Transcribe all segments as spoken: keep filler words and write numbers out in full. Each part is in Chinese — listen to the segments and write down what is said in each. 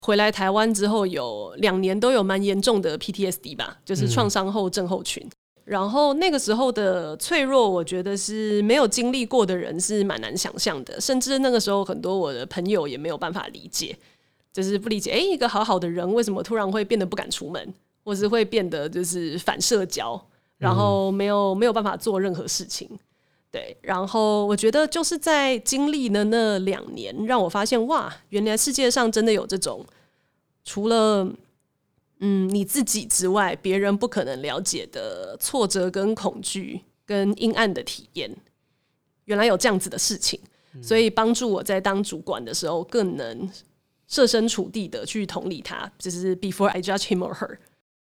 回来台湾之后有两年都有蛮严重的 P T S D 吧，就是创伤后症候群、嗯、然后那个时候的脆弱我觉得是没有经历过的人是蛮难想象的，甚至那个时候很多我的朋友也没有办法理解，就是不理解，哎，一个好好的人为什么突然会变得不敢出门，或是会变得就是反社交，然后没有没有办法做任何事情。对，然后我觉得就是在经历了那两年，让我发现哇，原来世界上真的有这种除了嗯你自己之外，别人不可能了解的挫折跟恐惧跟阴暗的体验，原来有这样子的事情，所以帮助我在当主管的时候更能设身处地的去同理他，就是 before I judge him or her。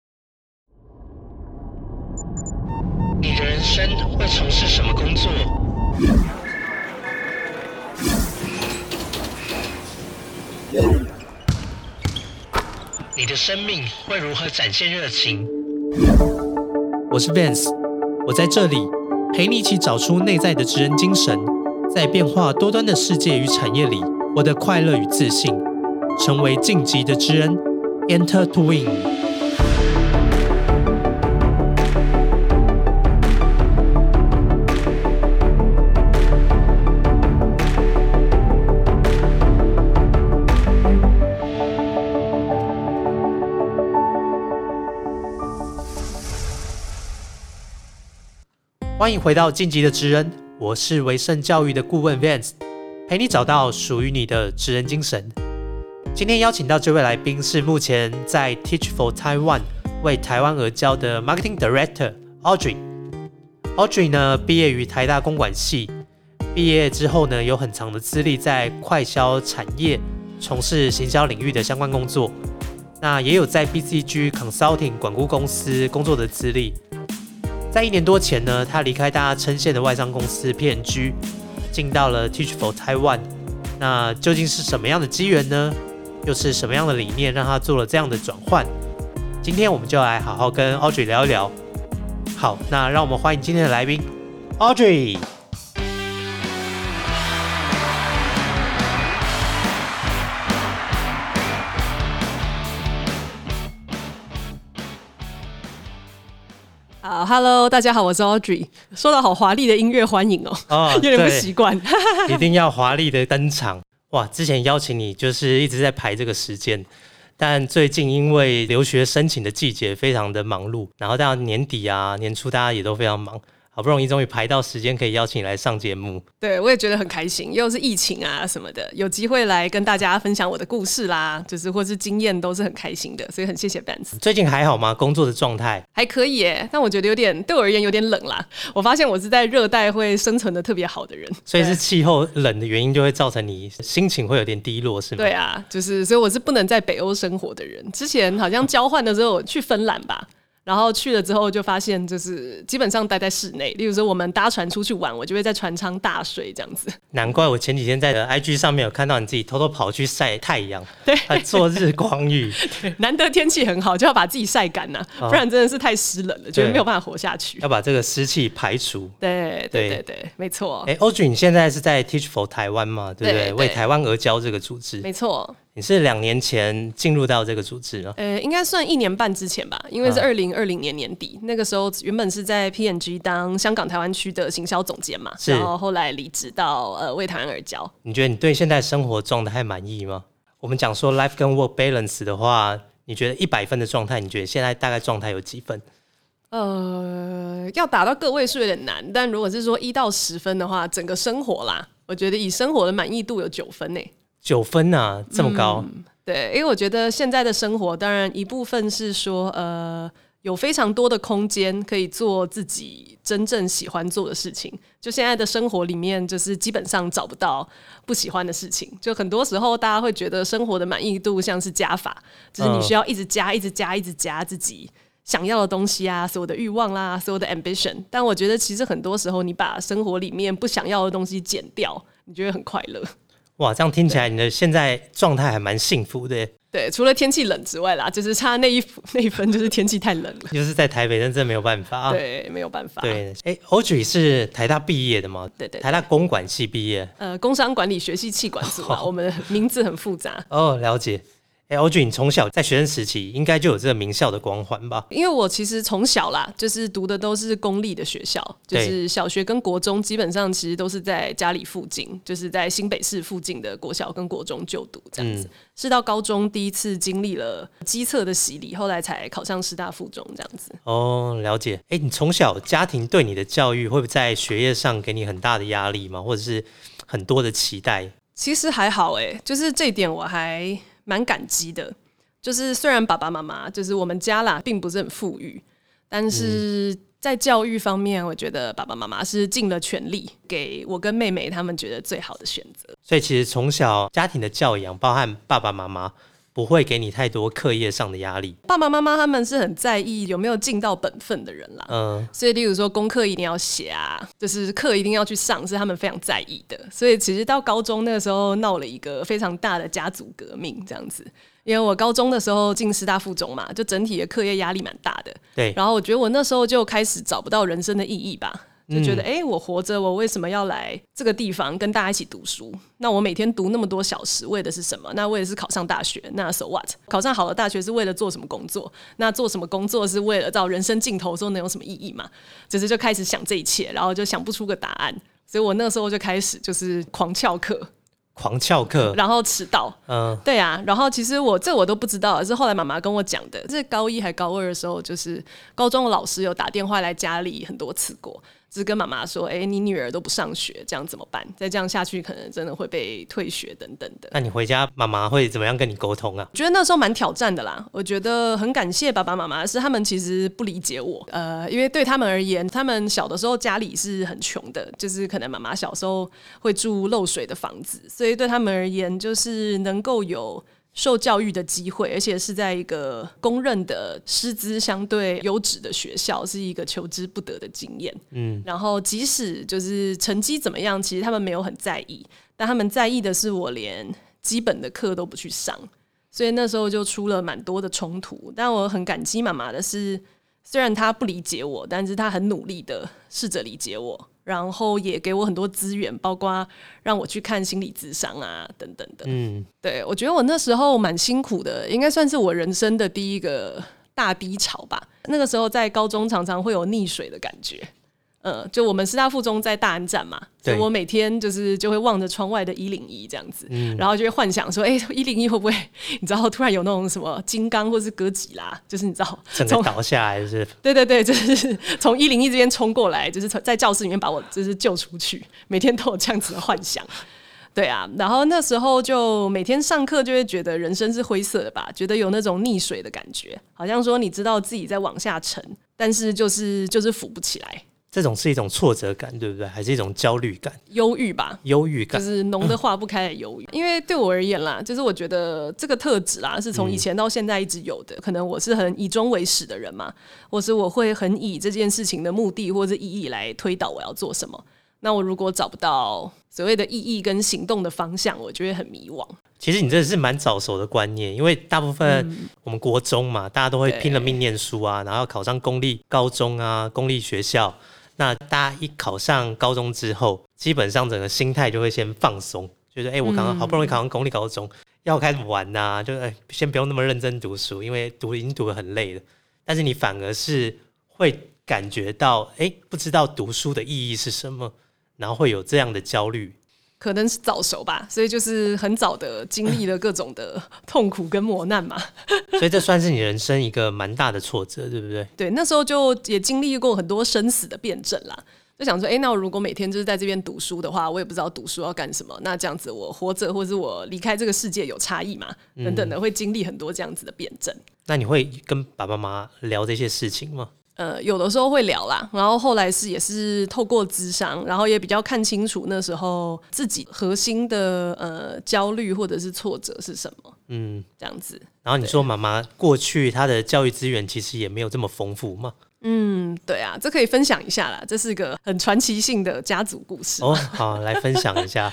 你的人生会从事什么工作？你的生命会如何展现热情？ 我是 Vance， 我在这里陪你一起找出内在的职人精神，在变化多端的世界与产业里，我的快乐与自信，成为晋级的职人 Enter to Win。欢迎回到晋级的职人，我是维盛教育的顾问 Vance， 陪你找到属于你的职人精神。今天邀请到这位来宾是目前在 Teach for Taiwan 为台湾而教的 Marketing Director Audrey。Audrey 呢毕业于台大公管系，毕业之后呢有很长的资历在快销产业从事行销领域的相关工作，那也有在 B C G Consulting 管顾公司工作的资历。在一年多前呢，他离开大家称羡的外商公司 P and G， 进到了 Teach for Taiwan。那究竟是什么样的机缘呢？又是什么样的理念让他做了这样的转换？今天我们就来好好跟 Audrey 聊一聊。好，那让我们欢迎今天的来宾 Audrey。 好 ，Hello， 大家好，我是 Audrey。说到好华丽的音乐欢迎哦，哦有点不习惯。 一定要华丽的登场哇！之前邀请你就是一直在排这个时间，但最近因为留学申请的季节非常的忙碌，然后到年底啊、年初大家也都非常忙。好不容易终于排到时间可以邀请你来上节目， 对，我也觉得很开心，又是疫情啊什么的，有机会来跟大家分享我的故事啦，就是或是经验都是很开心的，所以很谢谢 Vance。 最近还好吗？工作的状态还可以耶，但我觉得有点对我而言有点冷啦。我发现我是在热带会生存的特别好的人， 所以是气候冷的原因就会造成你心情会有点低落是吗？ 对啊，就是所以我是不能在北欧生活的人。之前好像交换的时候去芬兰吧，然后去了之后就发现就是基本上待在室内，例如说我们搭船出去玩，我就会在船舱大睡这样子。 难怪我前几天在 I G 上面有看到你自己偷偷跑去晒太阳， 对， 还做日光浴。 对，难得天气很好就要把自己晒干啊、哦、不然真的是太湿冷了，觉得没有办法活下去， 要把这个湿气排除。 对对对对，没错。 哎 Audrey 你现在是在 Teach for Taiwan 嘛，对不 对, 对, 对，为台湾而教这个组织。 没错， 你是两年前进入到这个组织吗？ 呃，应该算一年半之前吧，因为是二零二零年年底、啊，那个时候原本是在 P and G 当香港台湾区的行销总监嘛，然后后来离职到呃为台湾而教。 你觉得你对现在生活状态还满意吗？我们讲说 life 跟 work balance 的话，你觉得一百分的状态，你觉得现在大概状态有几分？ 呃，要达到个位数有点难，但如果是说一到十分的话，整个生活啦，我觉得以生活的满意度有九分诶。 九分啊，这么高？ 嗯，对，因为我觉得现在的生活，当然一部分是说，呃，有非常多的空间可以做自己真正喜欢做的事情。就现在的生活里面，就是基本上找不到不喜欢的事情。就很多时候，大家会觉得生活的满意度像是加法，就是你需要一直加、一直加、一直加自己想要的东西啊，所有的欲望啦，所有的 ambition。但我觉得其实很多时候，你把生活里面不想要的东西减掉，你觉得很快乐。 哇，这样听起来你的现在状态还蛮幸福的耶。 对，除了天气冷之外啦，就是差那一那一分就是天气太冷了， 就是在台北真的没有办法。 对，没有办法。 对，哎 Audrey 是台大毕业的吗？ 对 对, 对， 台大公管系毕业， 呃，工商管理学系企管组啊，我们名字很复杂。 哦，了解。 哎，Audrey，你从小在学生时期应该就有这个名校的光环吧？ 因为我其实从小啦，就是读的都是公立的学校，就是小学跟国中基本上其实都是在家里附近，就是在新北市附近的国小跟国中就读这样子。嗯、是到高中第一次经历了基测的洗礼，后来才考上师大附中这样子。 哦，了解。哎，你从小家庭对你的教育会不会在学业上给你很大的压力吗？或者是很多的期待？ 其实还好哎，就是这一点我还蛮感激的。就是虽然爸爸妈妈就是我们家啦并不是很富裕，但是在教育方面我觉得爸爸妈妈是尽了全力给我跟妹妹他们觉得最好的选择。 所以其实从小家庭的教养包含爸爸妈妈不会给你太多课业上的压力。 爸爸妈妈他们是很在意有没有尽到本分的人啦，嗯，所以例如说功课一定要写啊，就是课一定要去上，是他们非常在意的。所以其实到高中那个时候闹了一个非常大的家族革命这样子。因为我高中的时候进师大附中嘛，就整体的课业压力蛮大的。 对， 然后我觉得我那时候就开始找不到人生的意义吧，就觉得哎、嗯欸，我活着，我为什么要来这个地方跟大家一起读书？那我每天读那么多小时，为的是什么？那为的是考上大学。那 so what？ 考上好的大学是为了做什么工作？那做什么工作是为了到人生尽头的时候能有什么意义嘛？就是就开始想这一切，然后就想不出个答案。所以我那时候就开始就是狂翘课。 狂翘课， 然后迟到，嗯，对啊，然后其实我这我都不知道，是后来妈妈跟我讲的。是高一还高二的时候，就是高中的老师有打电话来家里很多次过，就是跟妈妈说，哎、欸，你女儿都不上学，这样怎么办？再这样下去，可能真的会被退学等等的。 那你回家，妈妈会怎么样跟你沟通啊？ 我觉得那时候蛮挑战的啦。我觉得很感谢爸爸妈妈，是他们其实不理解我，呃，因为对他们而言，他们小的时候家里是很穷的，就是可能妈妈小时候会住漏水的房子，所以对他们而言，就是能够有受教育的机会，而且是在一个公认的师资相对优质的学校，是一个求之不得的经验。嗯，然后即使就是成绩怎么样，其实他们没有很在意，但他们在意的是我连基本的课都不去上，所以那时候就出了蛮多的冲突。但我很感激妈妈的是，虽然她不理解我，但是她很努力的试着理解我。然后也给我很多资源，包括让我去看心理咨商啊等等的。嗯，对，我觉得我那时候蛮辛苦的，应该算是我人生的第一个大低潮吧。那个时候在高中常常会有溺水的感觉。呃，就我们师大附中在大安站嘛，所以我每天就是就会望着窗外的一零一这样子、嗯，然后就会幻想说，哎、欸，一零一会不会你知道突然有那种什么金刚或是哥吉拉，就是你知道整个倒下来，就是对对对，就是从一零一这边冲过来，就是在教室里面把我就是救出去，每天都有这样子的幻想。对啊，然后那时候就每天上课就会觉得人生是灰色的吧，觉得有那种溺水的感觉，好像说你知道自己在往下沉，但是就是就是浮不起来。 这种是一种挫折感，对不对？还是一种焦虑感？ 忧郁吧， 忧郁感就是浓得化不开的忧郁、嗯。因为对我而言啦，就是我觉得这个特质啦，是从以前到现在一直有的。嗯、可能我是很以终为始的人嘛，或是我会很以这件事情的目的或者意义来推导我要做什么。那我如果找不到所谓的意义跟行动的方向，我就会很迷惘。 其实你这是蛮早熟的观念，因为大部分我们国中嘛，嗯、大家都会拼了命念书啊，然后考上公立高中啊、公立学校。那大家一考上高中之后，基本上整个心态就会先放松，就是哎、欸，我刚刚好不容易考上公立高中，嗯、要开始玩呐、啊，就哎、欸，先不用那么认真读书，因为读已经读得很累了。但是你反而是会感觉到，哎、欸，不知道读书的意义是什么，然后会有这样的焦虑。 可能是早熟吧，所以就是很早的经历了各种的痛苦跟磨难嘛。 所以这算是你人生一个蛮大的挫折，对不对？ 对，那时候就也经历过很多生死的辩证啦。就想说，哎、欸，那我如果每天就是在这边读书的话，我也不知道读书要干什么。那这样子，我活着或是我离开这个世界有差异嘛？等等的，会经历很多这样子的辩证。 那你会跟爸爸妈妈聊这些事情吗？ 呃，有的时候会聊啦，然后后来是也是透过諮商，然后也比较看清楚那时候自己核心的呃焦虑或者是挫折是什么，嗯，这样子。 然后你说妈妈过去她的教育资源其实也没有这么丰富吗？ 嗯，对啊，这可以分享一下啦，这是个很传奇性的家族故事。 哦，好，来分享一下。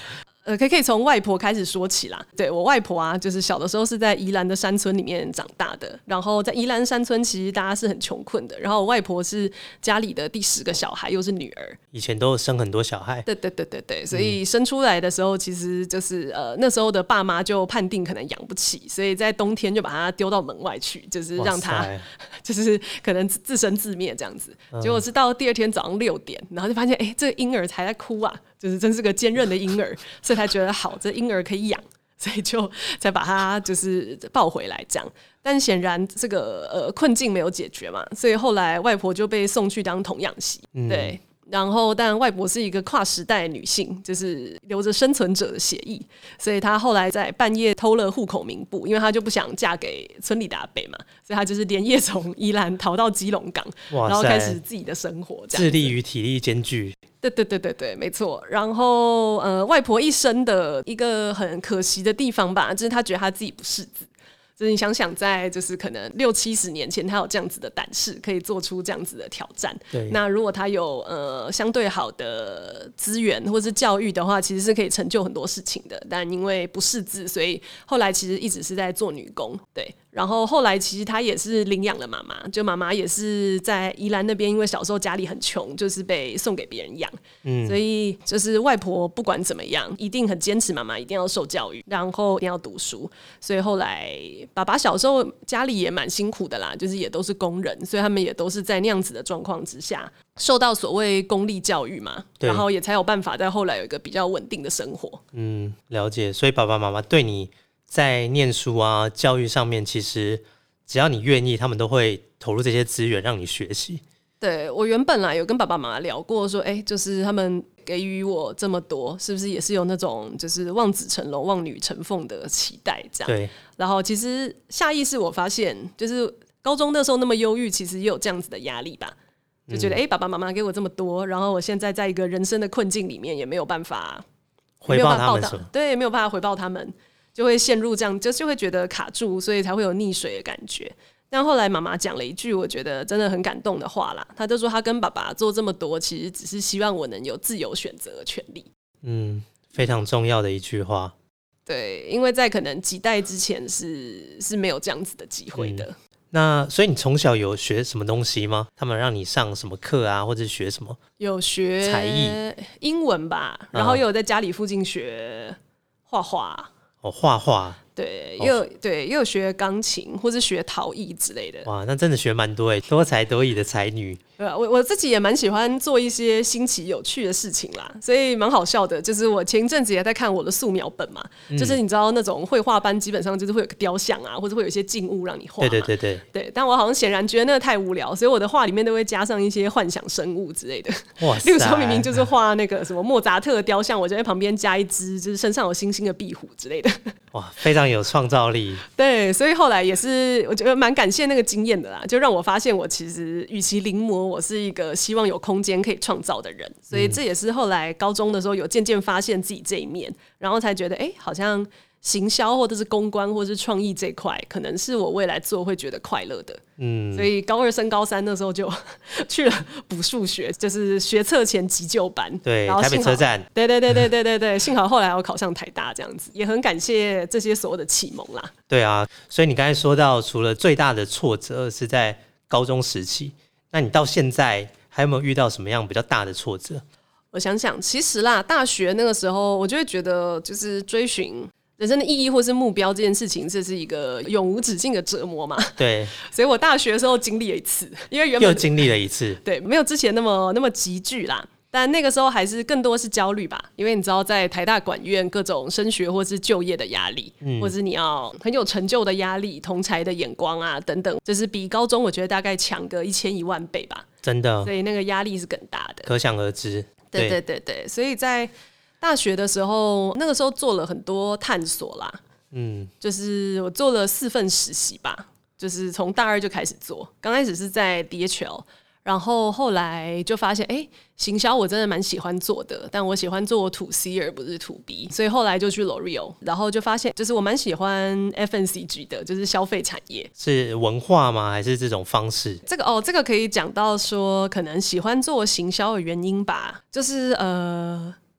呃，可以可以从外婆开始说起啦。对，我外婆啊，就是小的时候是在宜兰的山村里面长大的，然后在宜兰山村其实大家是很穷困的，然后我外婆是家里的第十个小孩，又是女儿， 以前都生很多小孩， 对对对对对，所以生出来的时候，其实就是呃那时候的爸妈就判定可能养不起，所以在冬天就把他丢到门外去，就是让他就是可能自生自灭这样子。嗯、结果是到第二天早上六点，然后就发现哎，这个婴儿才在哭啊，就是真是个坚韧的婴儿，所以才觉得好，这婴儿可以养。所以就才把他就是抱回来这样，但显然这个呃困境没有解决嘛，所以后来外婆就被送去当童养媳，嗯、对。然后，但外婆是一个跨时代女性，就是留着生存者的血液，所以她后来在半夜偷了户口名簿，因为她就不想嫁给村里的阿伯嘛，所以她就是连夜从宜兰逃到基隆港，然后开始自己的生活，这样智力与体力兼具。 对对对对对，没错。然后，呃，外婆一生的一个很可惜的地方吧，就是她觉得她自己不识字。就是你想想，在就是可能六七十年前，他有这样子的胆识，可以做出这样子的挑战。 对， 那如果他有呃相对好的资源或是教育的话，其实是可以成就很多事情的。但因为不识字，所以后来其实一直是在做女工。对，然后后来其实他也是领养了妈妈，就妈妈也是在宜兰那边，因为小时候家里很穷，就是被送给别人养。嗯，所以就是外婆不管怎么样，一定很坚持妈妈一定要受教育，然后一定要读书。所以后来爸爸小时候家里也蛮辛苦的啦，就是也都是工人，所以他们也都是在那样子的状况之下受到所谓公立教育嘛，然后也才有办法在后来有一个比较稳定的生活。 嗯，了解。所以爸爸妈妈对你在念书啊教育上面，其实只要你愿意，他们都会投入这些资源让你学习。 对，我原本啦有跟爸爸妈妈聊过说，哎，就是他们给予我这么多，是不是也是有那种就是望子成龙望女成凤的期待这样。 对， 然后其实下意识我发现，就是高中那时候那么忧郁，其实也有这样子的压力吧，就觉得哎、嗯，爸爸妈妈给我这么多，然后我现在在一个人生的困境里面，也没有办法回报他们什么， 对，没有办法回报他们，就会陷入这样，就就会觉得卡住，所以才会有溺水的感觉。但后来妈妈讲了一句我觉得真的很感动的话啦，她就说她跟爸爸做这么多，其实只是希望我能有自由选择的权利。 嗯，非常重要的一句话。 对，因为在可能几代之前是是没有这样子的机会的。嗯、 那所以你从小有学什么东西吗？他们让你上什么课啊，或者学什么？ 有学才艺、 英文吧，然后也有在家里附近学画画。 哦，画画。 对，也有、哦、对，也有学钢琴或是学陶艺之类的。 哇，那真的学蛮多哎，多才多艺的才女。 对啊，我我自己也蛮喜欢做一些新奇有趣的事情啦，所以蛮好笑的。就是我前一阵子也在看我的素描本嘛，嗯、就是你知道那种绘画班基本上就是会有个雕像啊，或者会有一些静物让你画嘛。 对对对对。 对，但我好像显然觉得那个太无聊，所以我的画里面都会加上一些幻想生物之类的。 哇塞！ 例如说明明就是画那个什么莫扎特的雕像，我就在旁边加一只就是身上有星星的壁虎之类的。 哇，非常有创造力。 对，所以后来也是我觉得蛮感谢那个经验的啦，就让我发现我其实与其临摹，我是一个希望有空间可以创造的人，所以这也是后来高中的时候有渐渐发现自己这一面，然后才觉得哎，好像行销或者是公关或者是创意这块可能是我未来做会觉得快乐的。嗯，所以高二升高三那时候就去了补数学，就是学测前急救班。 对，然后台北车站。 对对对对对对对，幸好后来我考上台大这样子，也很感谢这些所有的启蒙啦。 对啊，所以你刚才说到，除了最大的挫折是在高中时期，那你到现在还有没有遇到什么样比较大的挫折？ 我想想，其实啦，大学那个时候，我就会觉得，就是追寻人生的意义或是目标这件事情，这是一个永无止境的折磨嘛。 对， 所以我大学的时候经历了一次，因为原本又经历了一次， 对，没有之前那么那么急剧啦。但那个时候还是更多是焦虑吧，因为你知道，在台大管院各种升学或是就业的压力，嗯、或是你要很有成就的压力、同侪的眼光啊等等，就是比高中我觉得大概强个一千一万倍吧。 真的， 所以那个压力是更大的， 可想而知。 对对对对，所以在大学的时候，那个时候做了很多探索啦。嗯，就是我做了四份实习吧，就是从大二就开始做，刚开始是在 D H L。然后后来就发现，哎，行销我真的蛮喜欢做的，但我喜欢做 to C 而不是 to B， 所以后来就去 L'Oreal， 然后就发现，就是我蛮喜欢 F M C G 的，就是消费产业。 是文化吗？还是这种方式？ 这个哦，这个可以讲到说，可能喜欢做行销的原因吧，就是呃。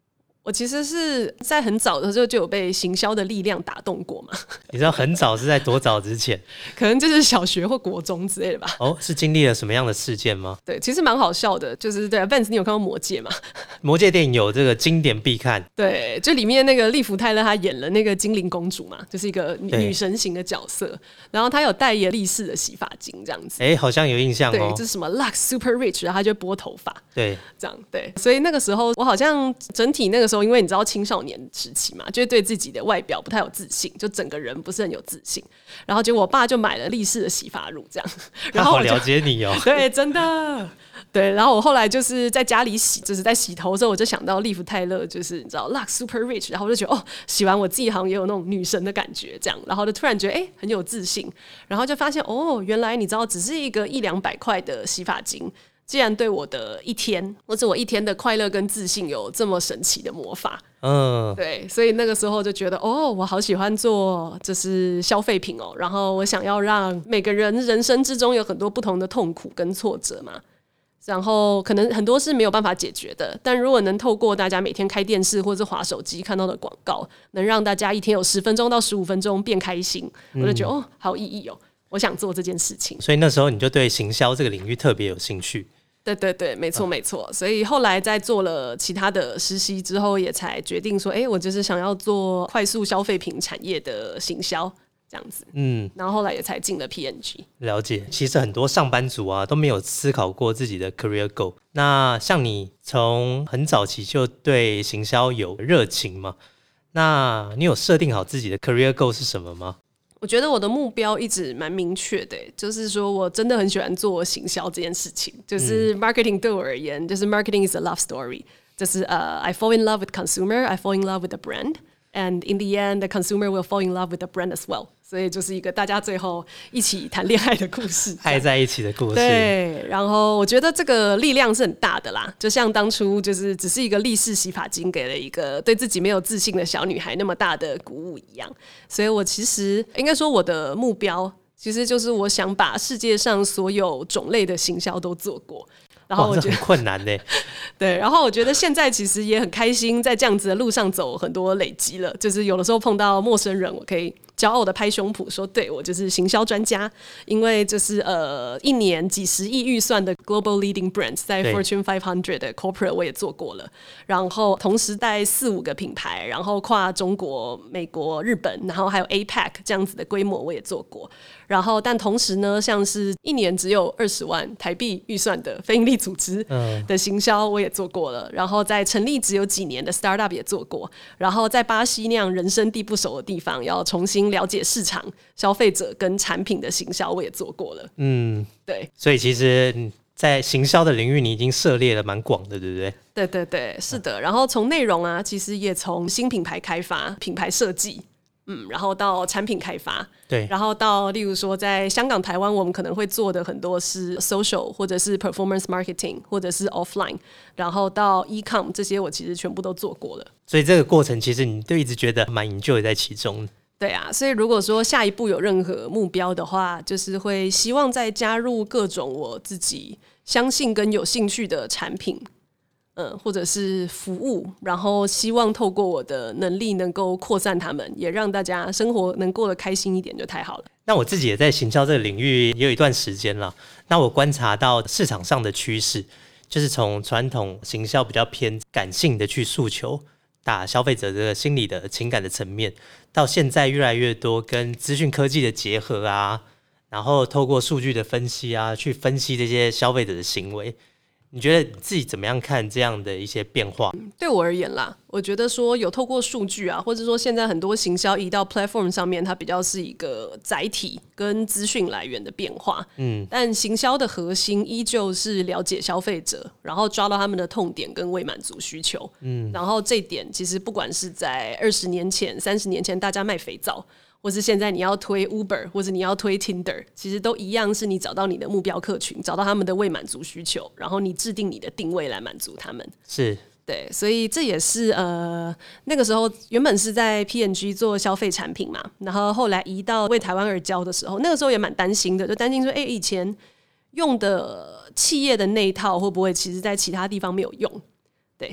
我其实是在很早的时候就有被行销的力量打动过嘛。 你知道很早是在多早之前？ 可能就是小学或国中之类的吧。 哦，是经历了什么样的事件吗？ 对，其实蛮好笑的，就是对啊 Vance 你有看过魔戒吗？ 魔戒电影有这个经典必看， 对，就里面那个利弗泰勒她演了那个精灵公主嘛，就是一个 女, 女神型的角色，然后她有代言力士的洗发精这样子。 哎，好像有印象哦。 对，就是什么 Lux Super Rich， 然后她就拨头发。 对， 这样对，所以那个时候我好像整体那个时候，因为你知道青少年时期嘛，就会对自己的外表不太有自信，就整个人不是很有自信。然后结果我爸就买了力士的洗发乳，这样，然后我就他好了解你哦。 对，真的。对，然后我后来就是在家里洗，就是在洗头的时候，我就想到利弗泰勒，就是你知道 Lux Super Rich， 然后我就觉得哦，洗完我自己好像也有那种女神的感觉，这样，然后就突然觉得哎很有自信，然后就发现哦，原来你知道只是一个一两百块的洗发精，既然对我的一天或者我一天的快乐跟自信有这么神奇的魔法。嗯，对，所以那个时候就觉得哦，我好喜欢做就是消费品哦，然后我想要让每个人人生之中有很多不同的痛苦跟挫折嘛，然后可能很多是没有办法解决的，但如果能透过大家每天开电视或者是滑手机看到的广告，能让大家一天有十分钟到十五分钟变开心，我就觉得、嗯、哦，好有意义哦，我想做这件事情。 所以那时候你就对行销这个领域特别有兴趣。 对对对，没错没错。所以后来在做了其他的实习之后，也才决定说，哎，我就是想要做快速消费品产业的行销。这样子，嗯，然后后来也才进了 P and G。 了解，其实很多上班族啊都没有思考过自己的 career goal。那像你从很早期就对行销有热情吗？那你有设定好自己的 career goal 是什么吗？ 我觉得我的目标一直蛮明确的，就是说我真的很喜欢做行销这件事情，就是 marketing 对我而言，就是 marketing is a love story， 就是、uh, I fall in love with consumer, I fall in love with the brand。And in the end, the consumer will fall in love with the brand as well. 所以就是一个大家最后一起谈恋爱的故事， 爱在一起的故事。 对，然后我觉得这个力量是很大的啦，就像当初就是只是一个立式洗发精给了一个对自己没有自信的小女孩那么大的鼓舞一样。所以我其实应该说我的目标其实就是我想把世界上所有种类的行销都做过。然后我觉得很困难耶。 对，然后我觉得现在其实也很开心，在这样子的路上走很多累积了，就是有的时候碰到陌生人，我可以骄傲的拍胸脯说，对，我就是行销专家，因为就是呃一年几十亿预算的 global leading brands， 在 Fortune five hundred 的 corporate 我也做过了，然后同时带四五个品牌，然后跨中国、美国、日本，然后还有 A P E C 这样子的规模我也做过。然后但同时呢，像是一年只有二十万台币预算的非营利组织的行销我也做过了，然后在成立只有几年的 startup 也做过，然后在巴西那样人生地不熟的地方要重新了解市场、消费者跟产品的行销我也做过了。嗯，对， 所以其实在行销的领域你已经涉猎了蛮广的，对不对？ 对对对，是的。然后从内容啊，其实也从新品牌开发、品牌设计，嗯，然后到产品开发， 对， 然后到例如说在香港、台湾，我们可能会做的很多是 social 或者是 performance marketing 或者是 offline， 然后到 e-com 这些我其实全部都做过了。 所以这个过程其实你都一直觉得蛮 enjoy 在其中。 对啊，所以如果说下一步有任何目标的话，就是会希望再加入各种我自己相信跟有兴趣的产品，嗯，或者是服务，然后希望透过我的能力能够扩散他们，也让大家生活能过得开心一点就太好了。 那我自己也在行销这个领域也有一段时间了，那我观察到市场上的趋势，就是从传统行销比较偏感性的去诉求打消费者这个心理的情感的层面，到现在越来越多跟资讯科技的结合啊，然后透过数据的分析啊，去分析这些消费者的行为。你觉得你自己怎么样看这样的一些变化？ 对我而言啦，我觉得说有透过数据啊，或者说现在很多行销移到 platform 上面，它比较是一个载体跟资讯来源的变化。嗯，但行销的核心依旧是了解消费者，然后抓到他们的痛点跟未满足需求。嗯，然后这点其实不管是在二十年前、三十年前，大家卖肥皂，或是现在你要推 Uber 或者你要推 Tinder， 其实都一样，是你找到你的目标客群，找到他们的未满足需求，然后你制定你的定位来满足他们。 是， 对，所以这也是呃那个时候原本是在 P and G 做消费产品嘛，然后后来移到为台湾而教的时候，那个时候也蛮担心的，就担心说，哎，以前用的企业的那一套会不会其实在其他地方没有用？对。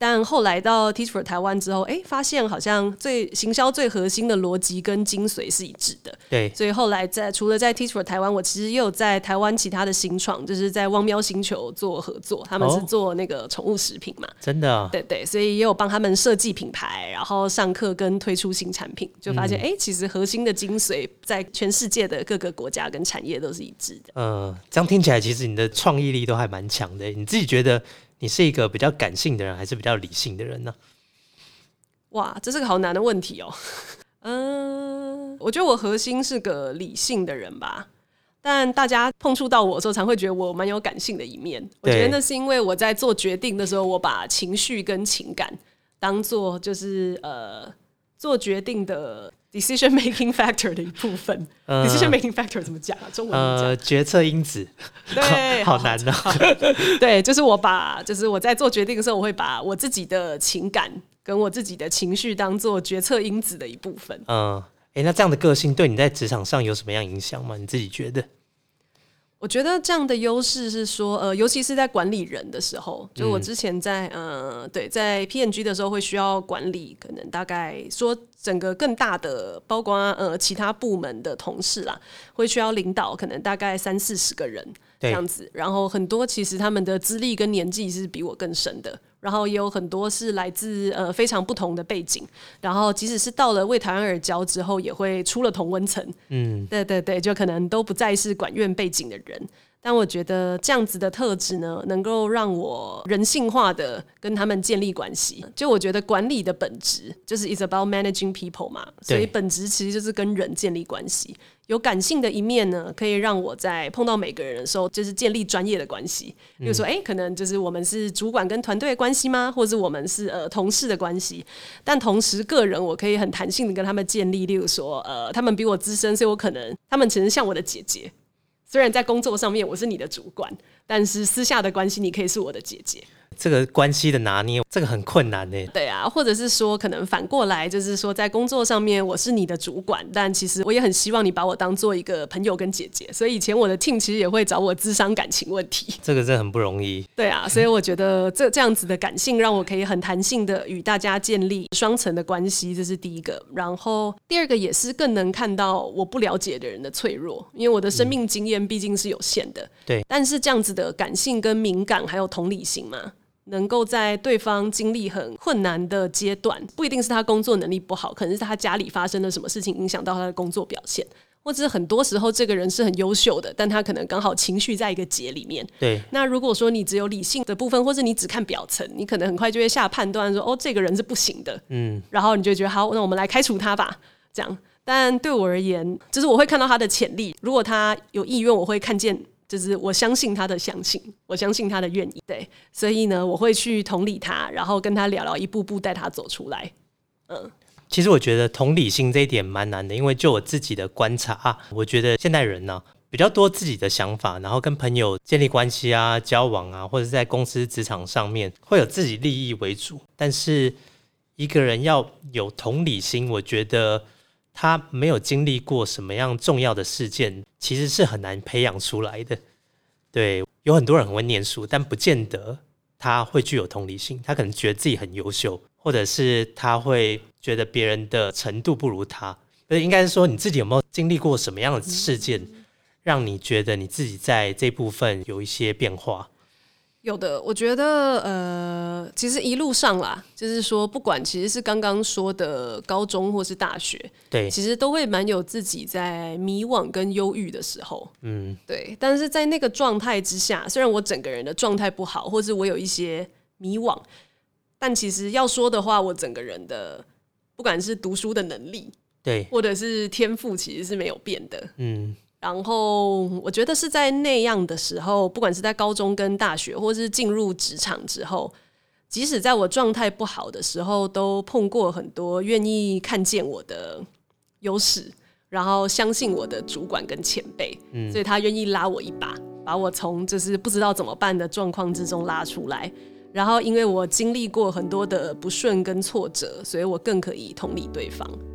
但后来到 Teach for Taiwan 之后，哎，发现好像最行销最核心的逻辑跟精髓是一致的。 对， 所以后来在除了在 Teach for Taiwan， 我其实也有在台湾其他的新创，就是在汪喵星球做合作，他们是做那个宠物食品嘛。 真的、啊？ 对对，所以也有帮他们设计品牌，然后上课跟推出新产品，就发现哎、嗯，其实核心的精髓在全世界的各个国家跟产业都是一致的。 嗯，这样听起来其实你的创意力都还蛮强的。你自己觉得你是一个比较感性的人还是比较理性的人呢？ 哇，这是个好难的问题哦。嗯，我觉得我核心是个理性的人吧，但大家碰触到我的时候常会觉得我蛮有感性的一面。我觉得那是因为我在做决定的时候，我把情绪跟情感当做就是呃做决定的 decision making factor 的一部分。呃、decision making factor 怎么讲啊？中文怎么讲？ 呃，决策因子。 对， 好难哦。 对，就是我把，就是我在做决定的时候，我会把我自己的情感跟我自己的情绪当做决策因子的一部分。 嗯，哎，那这样的个性对你在职场上有什么样影响吗？你自己觉得？ 我觉得这样的优势是说，呃，尤其是在管理人的时候，就我之前在、嗯、呃，对，在 P and G 的时候会需要管理，可能大概说整个更大的，包括呃其他部门的同事啦，会需要领导，可能大概三四十个人这样子，然后很多其实他们的资历跟年纪是比我更深的。然后也有很多是来自呃非常不同的背景，然后即使是到了为台湾而教之后，也会出了同温层，嗯，对对对，就可能都不再是管院背景的人。但我觉得这样子的特质呢，能够让我人性化的跟他们建立关系。就我觉得管理的本质就是 it's about managing people 嘛，所以本质其实就是跟人建立关系。有感性的一面呢，可以让我在碰到每个人的时候，就是建立专业的关系。比如说，哎、欸，可能就是我们是主管跟团队的关系吗？或者是我们是呃同事的关系？但同时，个人我可以很弹性的跟他们建立，例如说，呃，他们比我资深，所以我可能他们其实像我的姐姐。虽然在工作上面我是你的主管，但是私下的关系你可以是我的姐姐。 这个关系的拿捏，这个很困难耶。 对啊，或者是说可能反过来，就是说在工作上面我是你的主管，但其实我也很希望你把我当做一个朋友跟姐姐，所以以前我的 team 其实也会找我諮商感情问题。 这个真的很不容易。 对啊，所以我觉得这这样子的感性让我可以很弹性的与大家建立双层的关系，这是第一个。然后第二个也是更能看到我不了解的人的脆弱，因为我的生命经验毕竟是有限的。 对， 但是这样子的感性跟敏感还有同理心嘛，能够在对方经历很困难的阶段，不一定是他工作能力不好，可能是他家里发生了什么事情影响到他的工作表现，或者是很多时候这个人是很优秀的，但他可能刚好情绪在一个结里面。 对， 那如果说你只有理性的部分，或是你只看表层，你可能很快就会下判断说，哦，这个人是不行的，嗯，然后你就觉得好，那我们来开除他吧，这样。但对我而言，就是我会看到他的潜力，如果他有意愿，我会看见。就是我相信他的相信，我相信他的愿意，对，所以呢，我会去同理他，然后跟他聊聊，一步步带他走出来。嗯， 其实我觉得同理心这一点蛮难的，因为就我自己的观察，啊、我觉得现代人呢、啊、比较多自己的想法，然后跟朋友建立关系啊、交往啊，或者在公司职场上面会有自己利益为主。但是一个人要有同理心，我觉得他没有经历过什么样重要的事件，其实是很难培养出来的。对，有很多人很会念书，但不见得他会具有同理心。他可能觉得自己很优秀，或者是他会觉得别人的程度不如他。所以应该是说，你自己有没有经历过什么样的事件，让你觉得你自己在这部分有一些变化？ 有的，我觉得呃，其实一路上啦，就是说，不管其实是刚刚说的高中或是大学， 对， 其实都会蛮有自己在迷惘跟忧郁的时候，嗯，对。但是在那个状态之下，虽然我整个人的状态不好，或是我有一些迷惘，但其实要说的话，我整个人的不管是读书的能力， 对， 或者是天赋，其实是没有变的， 嗯。 然后我觉得是在那样的时候，不管是在高中跟大学，或是进入职场之后，即使在我状态不好的时候，都碰过很多愿意看见我的优势，然后相信我的主管跟前辈，嗯，所以他愿意拉我一把，把我从就是不知道怎么办的状况之中拉出来。然后因为我经历过很多的不顺跟挫折，所以我更可以同理对方。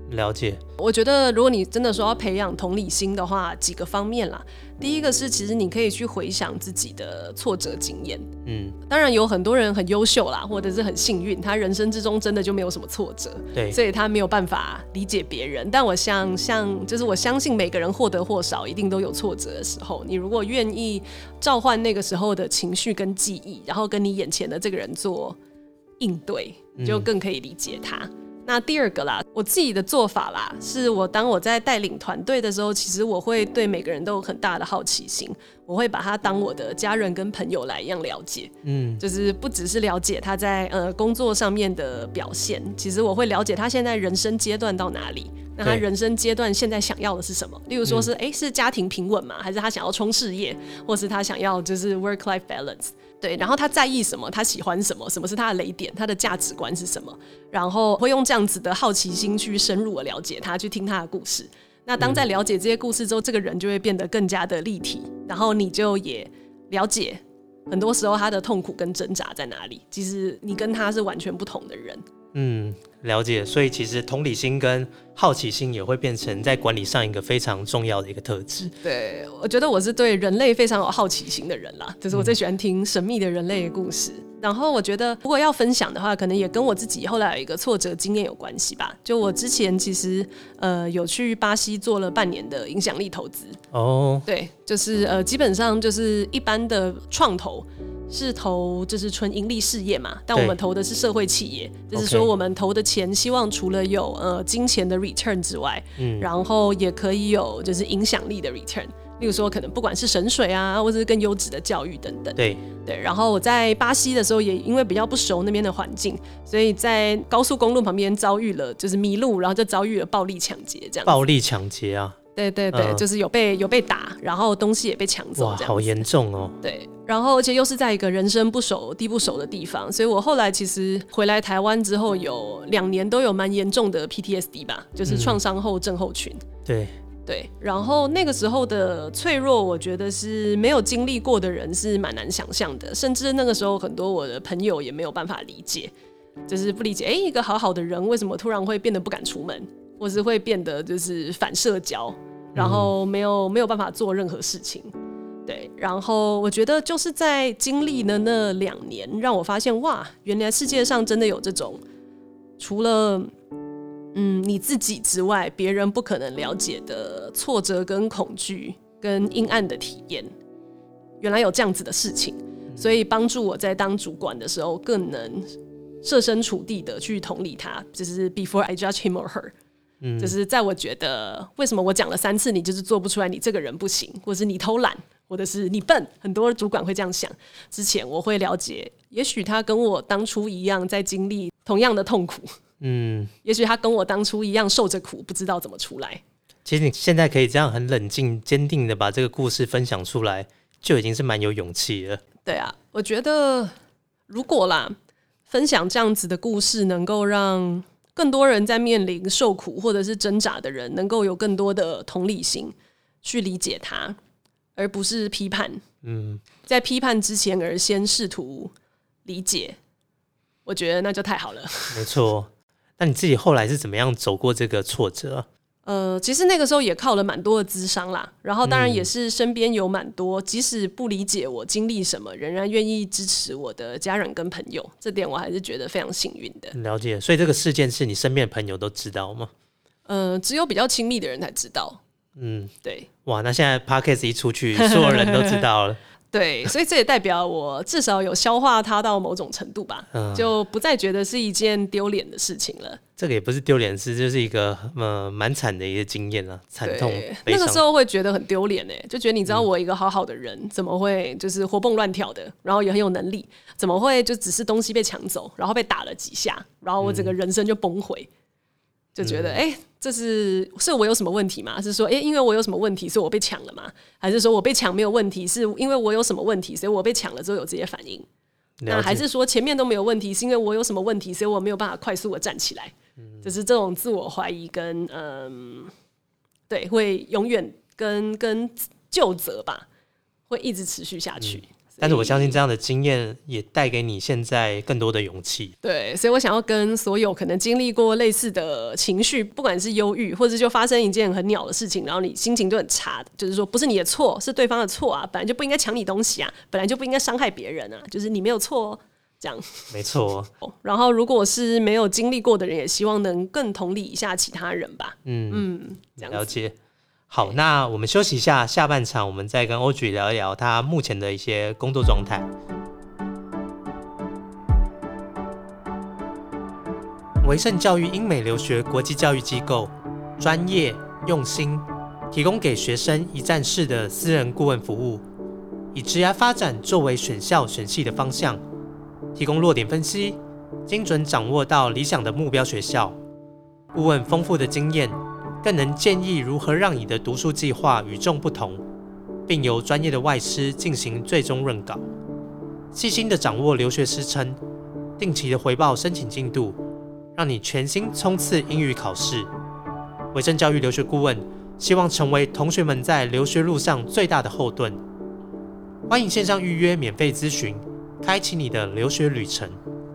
了解。 我觉得如果你真的说要培养同理心的话，几个方面啦。第一个是，其实你可以去回想自己的挫折经验。嗯，当然有很多人很优秀啦，或者是很幸运，他人生之中真的就没有什么挫折， 对， 所以他没有办法理解别人。但我想，像就是我相信每个人或多或少一定都有挫折的时候。你如果愿意召唤那个时候的情绪跟记忆，然后跟你眼前的这个人做应对，你就更可以理解他。嗯，那第二个啦，我自己的做法啦，是我当我在带领团队的时候，其实我会对每个人都有很大的好奇心，我会把他当我的家人跟朋友来一样了解。嗯，就是不只是了解他在呃工作上面的表现，其实我会了解他现在人生阶段到哪里，那他人生阶段现在想要的是什么？例如说是哎、嗯、是家庭平稳吗？还是他想要冲事业，或是他想要就是 work-life balance？对，然后他在意什么，他喜欢什么，什么是他的雷点，他的价值观是什么，然后会用这样子的好奇心去深入的了解他，去听他的故事。那当在了解这些故事之后，这个人就会变得更加的立体，然后你就也了解很多时候他的痛苦跟挣扎在哪里，其实你跟他是完全不同的人。 嗯，了解。所以其实同理心跟好奇心也会变成在管理上一个非常重要的一个特质。 对，我觉得我是对人类非常有好奇心的人啦，就是我最喜欢听神秘的人类的故事。嗯，然后我觉得如果要分享的话，可能也跟我自己后来有一个挫折经验有关系吧。就我之前其实呃有去巴西做了半年的影响力投资。哦，对，就是呃基本上就是一般的创投是投就是纯盈利事业嘛，但我们投的是社会企业，就是说我们投的钱希望除了有呃金钱的 return 之外，嗯，然后也可以有就是影响力的 return。例如说可能不管是神水啊，或者是更优质的教育等等。对对，然后我在巴西的时候也因为比较不熟那边的环境，所以在高速公路旁边遭遇了就是迷路，然后就遭遇了暴力抢劫这样子。暴力抢劫啊？ 对对对，嗯，就是有被有被打，然后东西也被抢走，哇， 好严重哦。 对，然后而且又是在一个人生不熟、地不熟的地方，所以我后来其实回来台湾之后，有两年都有蛮严重的 P T S D 吧，就是创伤后症候群。嗯，对。对，然后那个时候的脆弱，我觉得是没有经历过的人是蛮难想象的，甚至那个时候很多我的朋友也没有办法理解，就是不理解，哎，一个好好的人为什么突然会变得不敢出门，或是会变得就是反社交，然后没有没有办法做任何事情。对，然后我觉得就是在经历了那两年，让我发现哇，原来世界上真的有这种除了嗯，你自己之外，别人不可能了解的挫折跟恐惧跟阴暗的体验，原来有这样子的事情，所以帮助我在当主管的时候更能设身处地的去同理他，就是 before I judge him or her，嗯，就是在我觉得为什么我讲了三次你就是做不出来，你这个人不行，或是你偷懒，或者是你笨，很多主管会这样想之前，我会了解也许他跟我当初一样在经历同样的痛苦，嗯，也许他跟我当初一样受着苦，不知道怎么出来。 其实你现在可以这样很冷静坚定的把这个故事分享出来，就已经是蛮有勇气了。 对啊，我觉得如果啦分享这样子的故事能够让更多人在面临受苦或者是挣扎的人能够有更多的同理心去理解他，而不是批判，嗯，在批判之前而先试图理解，我觉得那就太好了。 没错。那你自己后来是怎么样走过这个挫折啊？ 呃，其实那个时候也靠了蛮多的咨商啦，然后当然也是身边有蛮多、嗯、即使不理解我经历什么，仍然愿意支持我的家人跟朋友，这点我还是觉得非常幸运的。 了解，所以这个事件是你身边的朋友都知道吗？ 呃，只有比较亲密的人才知道。嗯，对。 哇，那现在 Podcast 一出去，所有人都知道了。 对，所以这也代表我至少有消化它到某种程度吧，嗯，就不再觉得是一件丢脸的事情了。 这个也不是丢脸的事，就是一个呃蛮惨的一个经验啊，惨痛悲伤。 那个时候会觉得很丢脸哎，就觉得你知道我一个好好的人，嗯，怎么会就是活蹦乱跳的，然后也很有能力，怎么会就只是东西被抢走，然后被打了几下，然后我整个人生就崩毁，嗯，就觉得哎。欸这是是我有什么问题吗？是说，欸，因为我有什么问题，所以我被抢了吗？还是说我被抢没有问题，是因为我有什么问题，所以我被抢了之后有这些反应？那还是说前面都没有问题，是因为我有什么问题，所以我没有办法快速的站起来？嗯，就是这种自我怀疑跟嗯，对，会永远跟跟究责吧，会一直持续下去。嗯， 但是我相信这样的经验也带给你现在更多的勇气。 对，所以我想要跟所有可能经历过类似的情绪，不管是忧郁，或者就发生一件很鸟的事情，然后你心情就很差的，就是说不是你的错，是对方的错啊，本来就不应该抢你东西啊，本来就不应该伤害别人啊，就是你没有错哦。这样没错。 然后如果是没有经历过的人，也希望能更同理一下其他人吧。嗯嗯，这样子了解。好，那我们休息一下，下半场我们再跟 Audrey 聊一聊他目前的一些工作状态。维盛教育英美留学国际教育机构，专业用心，提供给学生一站式的私人顾问服务，以职涯发展作为选校选系的方向，提供落点分析，精准掌握到理想的目标学校。顾问丰富的经验，更能建议如何让你的读书计划与众不同，并由专业的外师进行最终润稿，细心的掌握留学时程，定期的回报申请进度，让你全心冲刺英语考试。维盛教育留学顾问希望成为同学们在留学路上最大的后盾。欢迎线上预约免费咨询，开启你的留学旅程。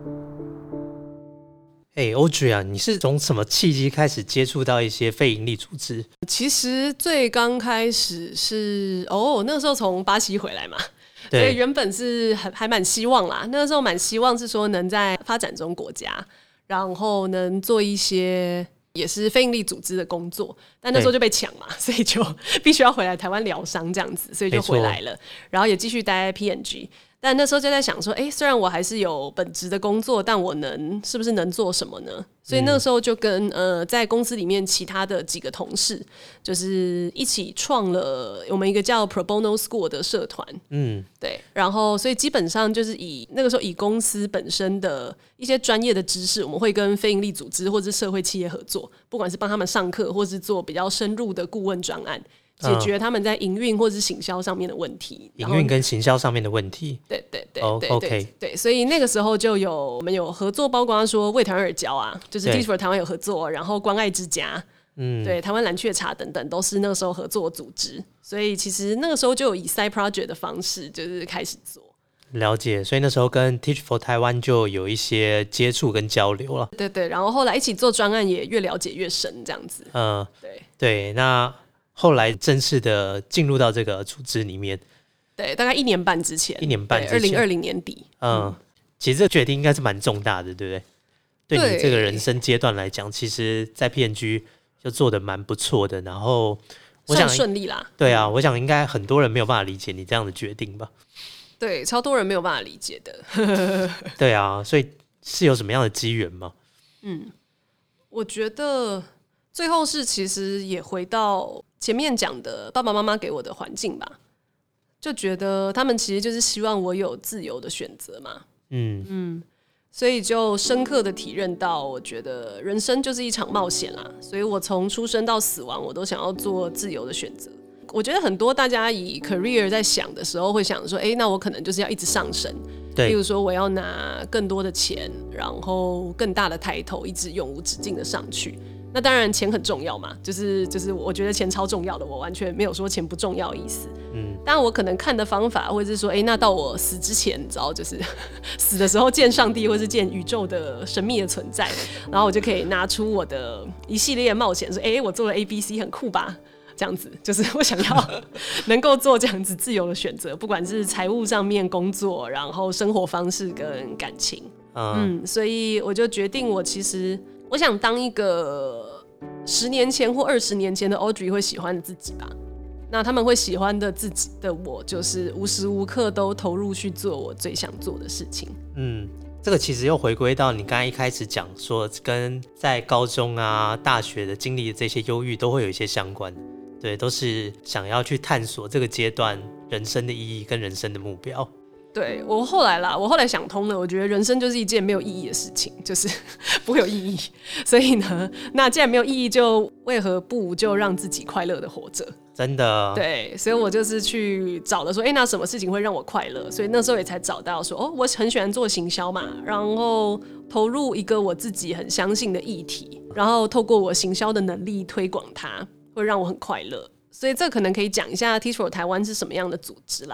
哎、欸、，Audrey 啊，你是从什么契机开始接触到一些非营利组织？ 其实最刚开始是哦，那个时候从巴西回来嘛，所以原本是还还蛮希望啦。那个时候蛮希望是说能在发展中国家，然后能做一些也是非营利组织的工作，但那时候就被抢嘛，所以就必须要回来台湾疗伤这样子，所以就回来了，然后也继续待在 P and G。但那时候就在想说，哎、欸，虽然我还是有本职的工作，但我能是不是能做什么呢？所以那时候就跟呃在公司里面其他的几个同事，就是一起创了我们一个叫 Pro Bono School 的社团。嗯，对。然后所以基本上就是以那个时候以公司本身的一些专业的知识，我们会跟非营利组织或者是社会企业合作，不管是帮他们上课，或是做比较深入的顾问专案。解决他们在营运或是行销上面的问题， 营运跟行销上面的问题。 对对对对、oh, 对 okay. 对，所以那个时候就有我们有合作，包括说为台湾而教啊，就是 Teach for 台湾有合作，然后关爱之家，嗯，对，台湾蓝雀茶等等都是那个时候合作的组织，所以其实那个时候就有以 side project 的方式就是开始做。 了解，所以那时候跟 Teach for 台湾就有一些接触跟交流了。 对对，然后后来一起做专案也越了解越深，这样子。嗯，对对，那。后来正式的进入到这个组织里面， 对，大概一年半之前， 一年半之前， 二零二零年底。嗯， 嗯其实这个决定应该是蛮重大的，对不对？对你这个人生阶段来讲，其实，在 P and G 就做得蛮不错的。然后，我想算顺利啦。 对啊，我想应该很多人没有办法理解你这样的决定吧？ 对，超多人没有办法理解的。 对啊，所以是有什么样的机缘吗？ 嗯，我觉得最后是其实也回到前面讲的爸爸妈妈给我的环境吧，就觉得他们其实就是希望我有自由的选择嘛。嗯嗯，所以就深刻的体认到，我觉得人生就是一场冒险啦。所以我从出生到死亡，我都想要做自由的选择。我觉得很多大家以 career 在想的时候，会想说，哎、欸，那我可能就是要一直上升。 对， 例如说我要拿更多的钱，然后更大的title，一直永无止境的上去。那当然钱很重要嘛，就是就是我觉得钱超重要的，我完全没有说钱不重要的意思。嗯，当然我可能看的方法，或者是说，哎、欸，那到我死之前，你知道，就是死的时候见上帝，或是见宇宙的神秘的存在，然后我就可以拿出我的一系列的冒险，说，哎、欸，我做了 A B C 很酷吧？这样子，就是我想要能够做这样子自由的选择，不管是财务上面、工作，然后生活方式跟感情。嗯, 嗯，所以我就决定，我其实我想当一个十年前或二十年前的 Audrey 会喜欢的自己吧。那他们会喜欢的自己的我，就是无时无刻都投入去做我最想做的事情。 嗯，这个其实又回归到你刚才一开始讲说，跟在高中啊、大学的经历的这些忧郁都会有一些相关。对，都是想要去探索这个阶段人生的意义跟人生的目标。 对，我后来啦，我后来想通了，我觉得人生就是一件没有意义的事情，就是不会有意义。所以呢，那既然没有意义，就为何不就让自己快乐的活着？ 真的。 对，所以我就是去找了说，哎、欸，那什么事情会让我快乐？所以那时候也才找到说，哦，我很喜欢做行销嘛，然后投入一个我自己很相信的议题，然后透过我行销的能力推广它。会让我很快乐，所以这可能可以讲一下 Teach for 台湾是什么样的组织啦。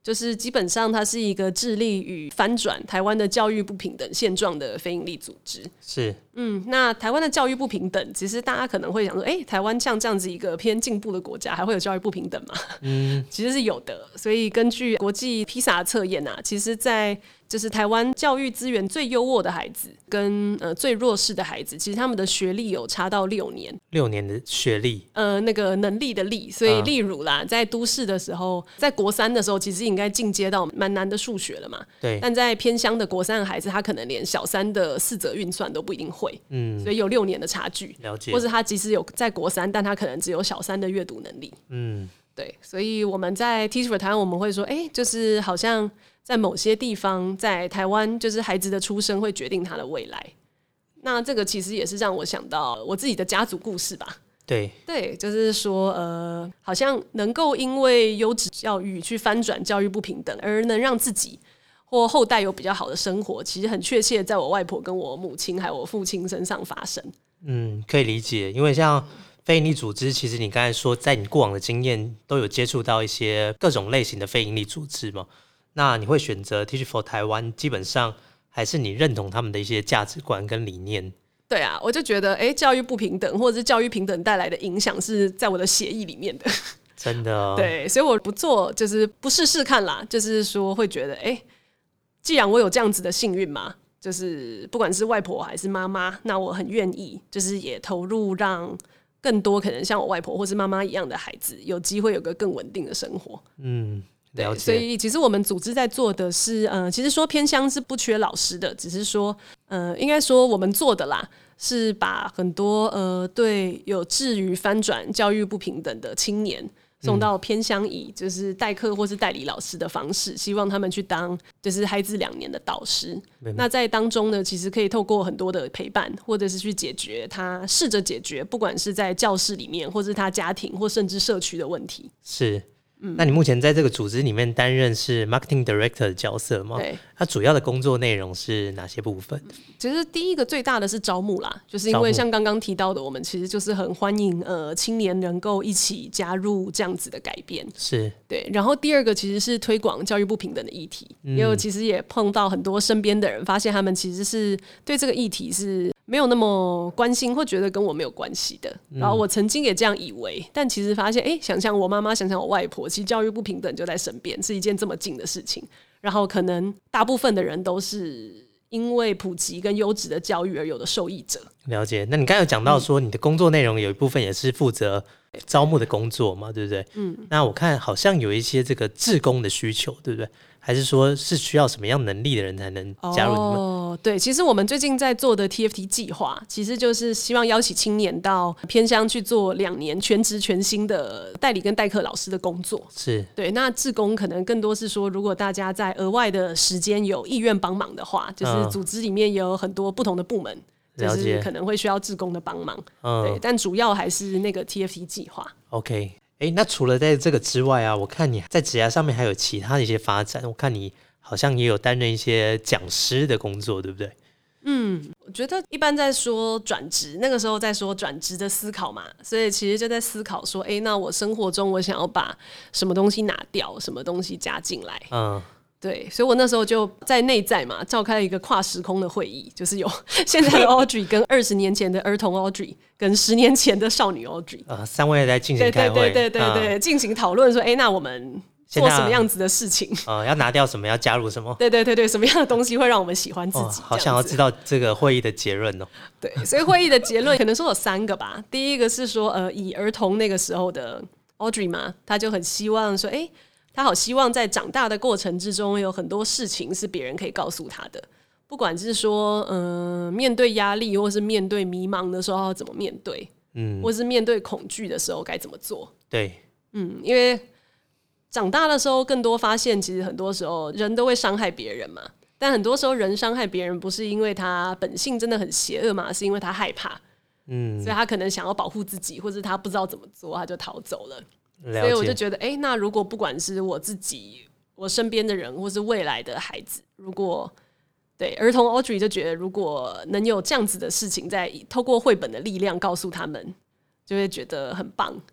就是基本上它是一个致力于翻转台湾的教育不平等现状的非营利组织。 是， 嗯，那台湾的教育不平等，其实大家可能会想说，哎，台湾像这样子一个偏进步的国家，还会有教育不平等吗？嗯，其实是有的。所以根据国际披萨测验啊，其实在就是台湾教育资源最优渥的孩子跟呃最弱势的孩子，其实他们的学历有差到六年， 六年的学历， 呃，那个能力的力。所以例如啦，在都市的时候，在国三的时候，其实应该进阶到蛮难的数学了嘛。 对。 但在偏乡的国三的孩子，他可能连小三的四则运算都不一定会，嗯，所以有六年的差距。 了解。 或者他即使有在国三，但他可能只有小三的阅读能力。嗯，对。所以我们在 Teach for Taiwan 我们会说，哎，就是好像在某些地方，在台湾，就是孩子的出生会决定他的未来。那这个其实也是让我想到我自己的家族故事吧。 对对，就是说，呃，好像能够因为优质教育去翻转教育不平等，而能让自己或后代有比较好的生活，其实很确切在我外婆跟我母亲还有我父亲身上发生。 嗯，可以理解，因为像非营利组织，其实你刚才说，在你过往的经验都有接触到一些各种类型的非营利组织嘛？那你会选择 Teach for Taiwan， 基本上还是你认同他们的一些价值观跟理念？ 对啊，我就觉得，哎，教育不平等或者是教育平等带来的影响是在我的血液里面的。 真的、哦？ 对，所以我不做，就是不试试看啦。就是说，会觉得，哎，既然我有这样子的幸运嘛，就是不管是外婆还是妈妈，那我很愿意，就是也投入让更多可能像我外婆或是妈妈一样的孩子有机会有个更稳定的生活。嗯。对，所以其实我们组织在做的是，呃，其实说偏乡是不缺老师的，只是说，呃，应该说我们做的啦，是把很多呃对有志于翻转教育不平等的青年送到偏乡，以就是代课或是代理老师的方式，希望他们去当就是孩子两年的导师。那在当中呢，其实可以透过很多的陪伴，或者是去解决他试着解决，不管是在教室里面，或是他家庭，或甚至社区的问题。 是。那你目前在这个组织里面担任是 marketing director 的角色吗？ 对， 它主要的工作内容是哪些部分？ 其实第一个最大的是招募啦，就是因为像刚刚提到的，我们其实就是很欢迎呃青年能够一起加入这样子的改变。 是， 对。然后第二个其实是推广教育不平等的议题，嗯、因为其实也碰到很多身边的人，发现他们其实是对这个议题是没有那么关心，或觉得跟我没有关系的。然后我曾经也这样以为，但其实发现，哎，想想我妈妈，想想我外婆，其实教育不平等就在身边，是一件这么近的事情。然后可能大部分的人都是因为普及跟优质的教育而有的受益者。 了解。那你刚才有讲到说，你的工作内容有一部分也是负责招募的工作嘛，对不对？嗯。那我看好像有一些这个志工的需求，对不对？还是说是需要什么样能力的人才能加入你们？ 哦，对，其实我们最近在做的 T F T 计划，其实就是希望邀请青年到偏乡去做两年全职全新的代理跟代课老师的工作。 是， 对。那志工可能更多是说，如果大家在额外的时间有意愿帮忙的话，就是组织里面有很多不同的部门，嗯、就是可能会需要志工的帮忙。嗯，对，但主要还是那个 T F T 计划。 OK。欸、那除了在这个之外啊，我看你在职涯上面还有其他的一些发展，我看你好像也有担任一些讲师的工作，对不对？ 嗯，我觉得一般在说转职，那个时候在说转职的思考嘛，所以其实就在思考说，哎，那我生活中我想要把什么东西拿掉，什么东西加进来。嗯。对，所以我那时候就在内在嘛，召开了一个跨时空的会议，就是有现在的 Audrey 跟二十年前的儿童 Audrey 跟十年前的少女 Audrey， 呃，三位在进行开会， 对对对对对，进、嗯、行讨论说，哎，那我们做什么样子的事情？ 呃，要拿掉什么，要加入什么？ 对对对对，什么样的东西会让我们喜欢自己？哦、 好想要知道这个会议的结论哦。 对，所以会议的结论可能说有三个吧。第一个是说，呃，以儿童那个时候的 Audrey 嘛，他就很希望说，哎。他好希望在长大的过程之中，有很多事情是别人可以告诉他的，不管是说，嗯、呃，面对压力，或是面对迷茫的时候要怎么面对，嗯，或是面对恐惧的时候该怎么做。 对， 嗯，因为长大的时候，更多发现，其实很多时候人都会伤害别人嘛，但很多时候人伤害别人，不是因为他本性真的很邪恶嘛，是因为他害怕，嗯，所以他可能想要保护自己，或是他不知道怎么做，他就逃走了。所以我就觉得，哎、欸，那如果不管是我自己、我身边的人，或是未来的孩子，如果对儿童 Audrey 就觉得，如果能有这样子的事情，在透过绘本的力量告诉他们，就会觉得很棒。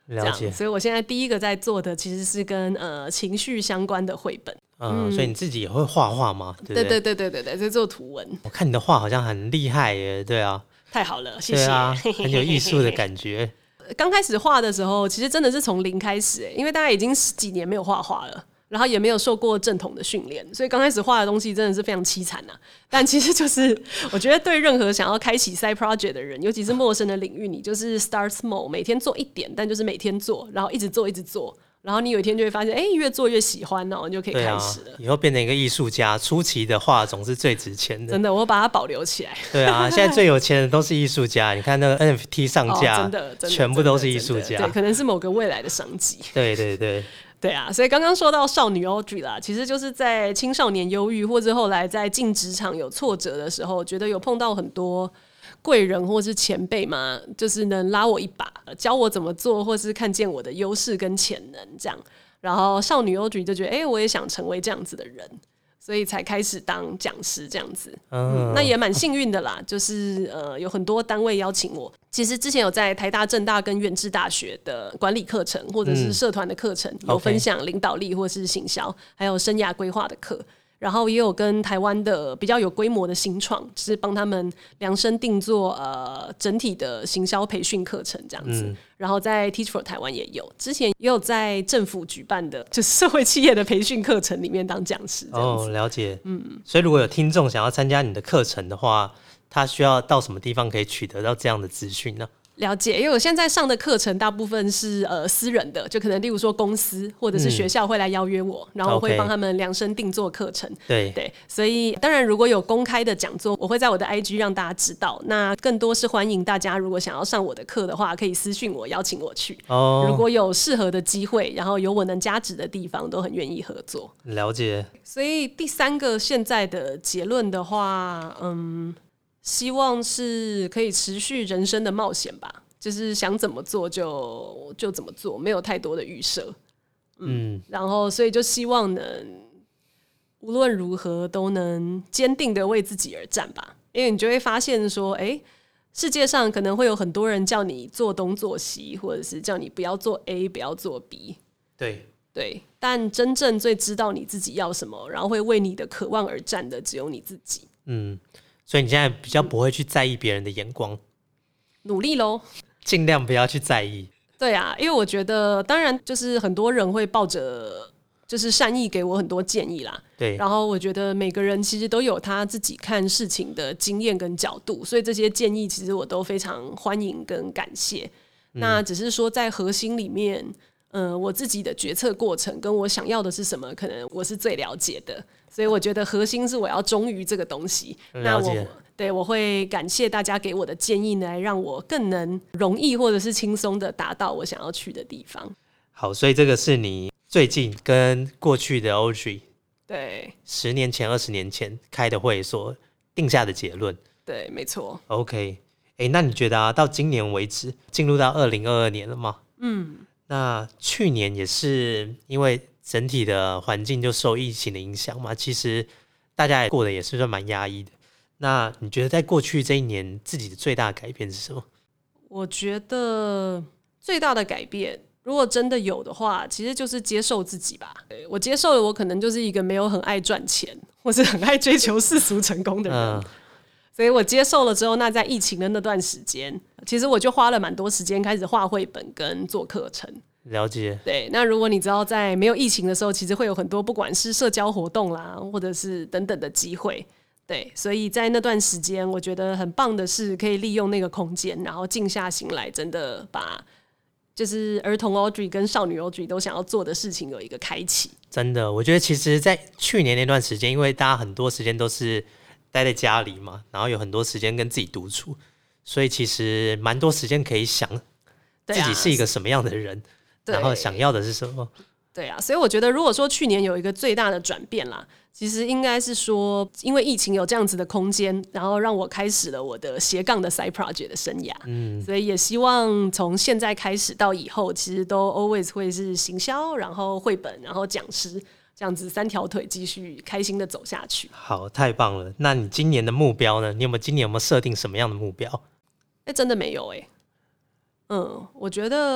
了解。 所以我现在第一个在做的其实是跟呃情绪相关的绘本。 嗯，所以你自己也会画画吗？对不对？ 对对对对对对，在做图文。 我看你的画好像很厉害耶，对啊。 太好了，谢谢。 对啊，很有艺术的感觉。 刚开始画的时候，其实真的是从零开始，因为大概已经十几年没有画画了。然后也没有受过正统的训练，所以刚开始画的东西真的是非常凄惨啊。但其实就是我觉得对任何想要开启 side project 的人，尤其是陌生的领域，你就是 start small， 每天做一点，但就是每天做，然后一直做一直做，然后你有一天就会发现，哎，越做越喜欢，然后你就可以开始了。 啊、以后变成一个艺术家，初期的画总是最值钱的。 真的，我把它保留起来。 对啊，现在最有钱的都是艺术家。你看那个 N F T 上架，哦、 真的，真的全部都是艺术家。 对，可能是某个未来的商机。 对对对。 对啊，所以刚刚说到少女 Audrey 啦，其实就是在青少年忧郁或者后来在进职场有挫折的时候，觉得有碰到很多贵人或是前辈嘛，就是能拉我一把，教我怎么做，或是看见我的优势跟潜能这样。然后少女 Audrey 就觉得，哎、欸，我也想成为这样子的人。所以才开始当讲师这样子，嗯，那也蛮幸运的啦，就是呃有很多单位邀请我。其实之前有在台大、政大跟元智大学的管理课程或者是社团的课程、嗯、有分享领导力或是行销，还有生涯规划的课。然后也有跟台湾的比较有规模的新创，就是帮他们量身定做呃整体的行销培训课程这样子、嗯。然后在 Teach for 台湾也有，之前也有在政府举办的，就是社会企业的培训课程里面当讲师这样子。 哦，了解。嗯，所以如果有听众想要参加你的课程的话，他需要到什么地方可以取得到这样的资讯呢？ 了解，因为我现在上的课程大部分是呃私人的，就可能例如说公司或者是学校会来邀约我，嗯、然后我会帮他们量身定做课程。 对对，所以当然如果有公开的讲座，我会在我的 I G 让大家知道。那更多是欢迎大家，如果想要上我的课的话，可以私讯我邀请我去。哦，如果有适合的机会，然后有我能加值的地方，都很愿意合作。 了解。 所以第三个现在的结论的话，嗯。希望是可以持续人生的冒险吧，就是想怎么做就就怎么做，没有太多的预设。嗯，嗯然后所以就希望能无论如何都能坚定的为自己而战吧，因为你就会发现说，哎，世界上可能会有很多人叫你做东做西，或者是叫你不要做 A 不要做 B。 对对，但真正最知道你自己要什么，然后会为你的渴望而战的，只有你自己。 嗯。所以你现在比较不会去在意别人的眼光， 努力咯， 尽量不要去在意。 对啊，因为我觉得，当然就是很多人会抱着就是善意给我很多建议啦。 对， 然后我觉得每个人其实都有他自己看事情的经验跟角度，所以这些建议其实我都非常欢迎跟感谢。嗯、那只是说在核心里面，呃，我自己的决策过程跟我想要的是什么，可能我是最了解的。所以我觉得核心是我要忠于这个东西。那我对我会感谢大家给我的建议呢，让我更能容易或者是轻松的达到我想要去的地方。 好，所以这个是你最近跟过去的 Audrey 对十年前、二十年前开的会所定下的结论。 对，没错。 OK， 哎，那你觉得啊，到今年为止，进入到二零二二年了吗？嗯，那去年也是因为整体的环境就受疫情的影响嘛，其实大家也过得也是算蛮压抑的。那你觉得在过去这一年自己的最大的改变是什么？ 我觉得最大的改变如果真的有的话，其实就是接受自己吧。我接受了我可能就是一个没有很爱赚钱或是很爱追求世俗成功的人、嗯、所以我接受了之后，那在疫情的那段时间，其实我就花了蛮多时间开始画绘本跟做课程。 了解。 对，那如果你知道在没有疫情的时候，其实会有很多不管是社交活动啦，或者是等等的机会。对，所以在那段时间，我觉得很棒的是可以利用那个空间，然后静下心来，真的把就是儿童 Audrey 跟少女 Audrey 都想要做的事情有一个开启。 真的，我觉得其实在去年那段时间，因为大家很多时间都是待在家里嘛，然后有很多时间跟自己独处，所以其实蛮多时间可以想自己是一个什么样的人。然后想要的是什么？ 对啊，所以我觉得如果说去年有一个最大的转变啦，其实应该是说因为疫情有这样子的空间，然后让我开始了我的斜杠的 side project 的生涯。嗯，所以也希望从现在开始到以后，其实都 always 会是行销，然后绘本，然后讲师这样子三条腿继续开心的走下去。 好，太棒了！那你今年的目标呢？你有没有今年有没有设定什么样的目标？ 哎，真的没有哎、欸。嗯，我觉得。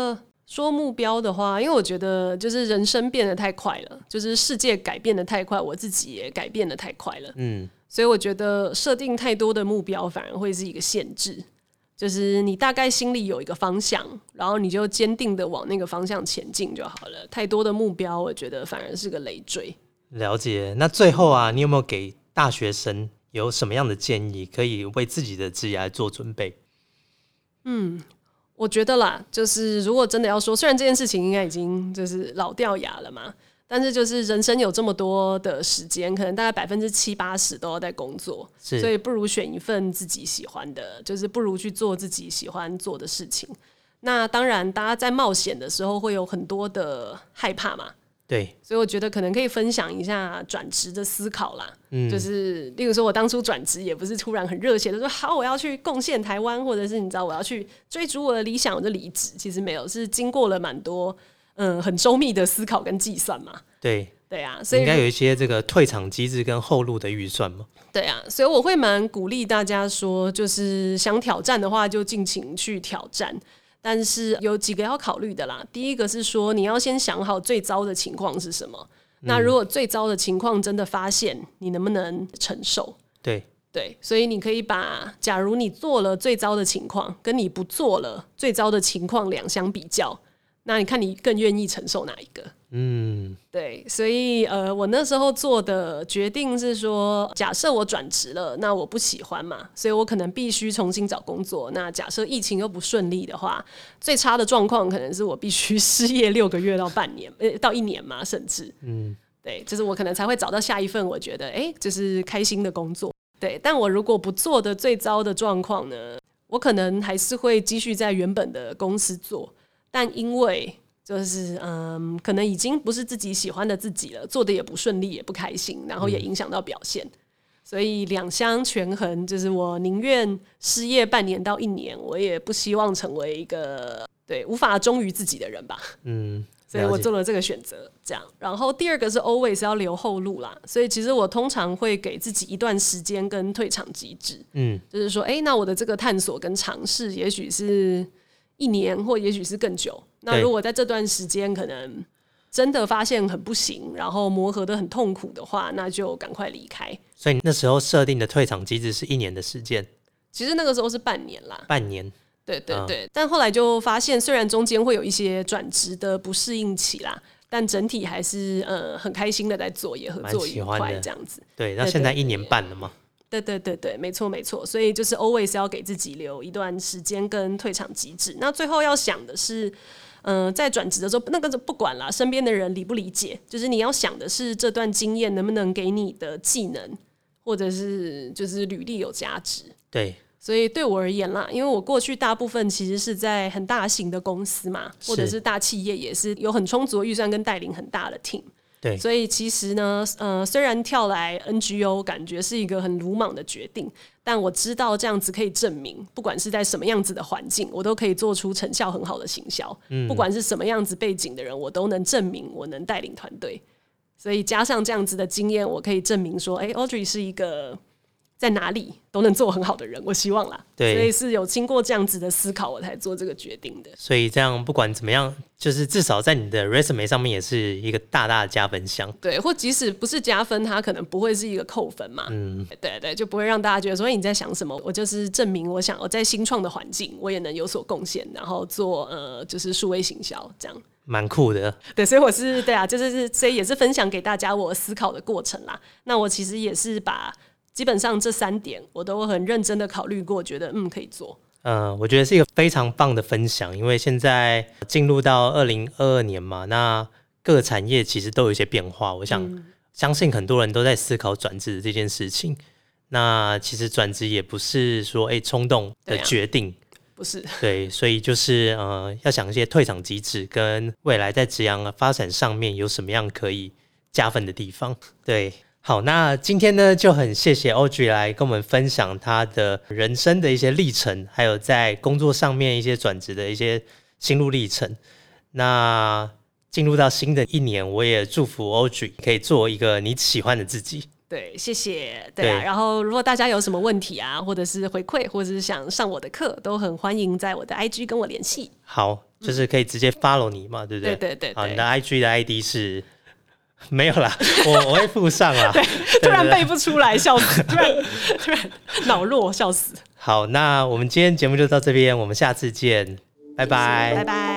说目标的话，因为我觉得就是人生变得太快了，就是世界改变得太快，我自己也改变得太快了，嗯，所以我觉得设定太多的目标反而会是一个限制，就是你大概心里有一个方向，然后你就坚定的往那个方向前进就好了。太多的目标，我觉得反而是个累赘。 了解。那最后啊，你有没有给大学生有什么样的建议，可以为自己的职业做准备？ 嗯。我觉得啦，就是如果真的要说，虽然这件事情应该已经就是老掉牙了嘛，但是就是人生有这么多的时间，可能大概百分之七八十都要在工作，所以不如选一份自己喜欢的，就是不如去做自己喜欢做的事情。那当然，大家在冒险的时候会有很多的害怕嘛。 对， 所以我觉得可能可以分享一下转职的思考啦，嗯，就是例如说我当初转职也不是突然很热血的说好我要去贡献台湾，或者是你知道我要去追逐我的理想我就离职，其实没有，是经过了蛮多嗯很周密的思考跟计算嘛。 对对啊，所以应该有一些这个退场机制跟后路的预算嘛。 对啊，所以我会蛮鼓励大家说，就是想挑战的话就尽情去挑战。但是有几个要考虑的啦。第一个是说，你要先想好最糟的情况是什么。嗯、那如果最糟的情况真的发现，你能不能承受？ 对对，所以你可以把，假如你做了最糟的情况，跟你不做了最糟的情况两相比较，那你看你更愿意承受哪一个？嗯，对，所以呃，我那时候做的决定是说，假设我转职了，那我不喜欢嘛，所以我可能必须重新找工作。那假设疫情又不顺利的话，最差的状况可能是我必须失业六个月到半年，呃，到一年嘛，甚至，嗯，对，就是我可能才会找到下一份我觉得哎，就是开心的工作。对，但我如果不做的最糟的状况呢，我可能还是会继续在原本的公司做，但因为就是嗯，可能已经不是自己喜欢的自己了，做的也不顺利，也不开心，然后也影响到表现，嗯、所以两相权衡，就是我宁愿失业半年到一年，我也不希望成为一个对无法忠于自己的人吧。嗯，所以我做了这个选择，这样。然后第二个是 always 要留后路啦，所以其实我通常会给自己一段时间跟退场机制，嗯，就是说，哎，那我的这个探索跟尝试，也许是一年，或也许是更久。那如果在这段时间可能真的发现很不行，然后磨合得很痛苦的话，那就赶快离开。 所以那时候设定的退场机制是一年的时间？ 其实那个时候是半年啦。 半年。 对对对、嗯，但后来就发现，虽然中间会有一些转职的不适应期啦，但整体还是呃很开心的在做，也合作愉快这样子。 对，那现在一年半了嘛。 对对对对，没错没错，所以就是 always 要给自己留一段时间跟退场机制。那最后要想的是，呃，在转职的时候，那个不管啦，身边的人理不理解，就是你要想的是这段经验能不能给你的技能，或者是就是履历有价值。 对。 所以对我而言啦，因为我过去大部分其实是在很大型的公司嘛，或者是大企业，也是有很充足的预算跟带领很大的 team。 对， 所以其实呢，呃，虽然跳来 N G O 感觉是一个很鲁莽的决定，但我知道这样子可以证明，不管是在什么样子的环境，我都可以做出成效很好的行销。嗯，不管是什么样子背景的人，我都能证明我能带领团队。所以加上这样子的经验，我可以证明说，哎 ，Audrey 是一个在哪里都能做很好的人，我希望啦。对，所以是有经过这样子的思考，我才做这个决定的。 所以这样不管怎么样，就是至少在你的 resume 上面也是一个大大的加分项。 对，或即使不是加分，它可能不会是一个扣分嘛。嗯，对对，就不会让大家觉得说，欸，你在想什么？我就是证明我想我在新创的环境，我也能有所贡献，然后做呃就是数位行销这样。 蛮酷的。 对，所以我是对啊，就是所以也是分享给大家我思考的过程啦。那我其实也是把基本上这三点我都很认真的考虑过，觉得嗯可以做。 嗯，我觉得是一个非常棒的分享，因为现在进入到二零二二年嘛，那各个产业其实都有一些变化，我想、嗯、相信很多人都在思考转职的这件事情。那其实转职也不是说哎冲动的决定， 不是， 对，所以就是呃要想一些退场机制跟未来在职涯发展上面有什么样可以加分的地方。对。好，那今天呢就很谢谢 Audrey 来跟我们分享她的人生的一些历程，还有在工作上面一些转职的一些心路历程。那进入到新的一年，我也祝福 Audrey 可以做一个你喜欢的自己。 对，谢谢。对啊，对，然后如果大家有什么问题啊，或者是回馈，或者是想上我的课，都很欢迎在我的 I G 跟我联系。 好，就是可以直接 follow 你嘛，嗯、对不对？ 对对 对, 对。 好，你的 I G 的 I D 是没有啦，我我会附上啦。 对，突然背不出来，笑死！突然突然脑弱，笑死。 好，那我们今天节目就到这边，我们下次见，拜拜， 拜拜。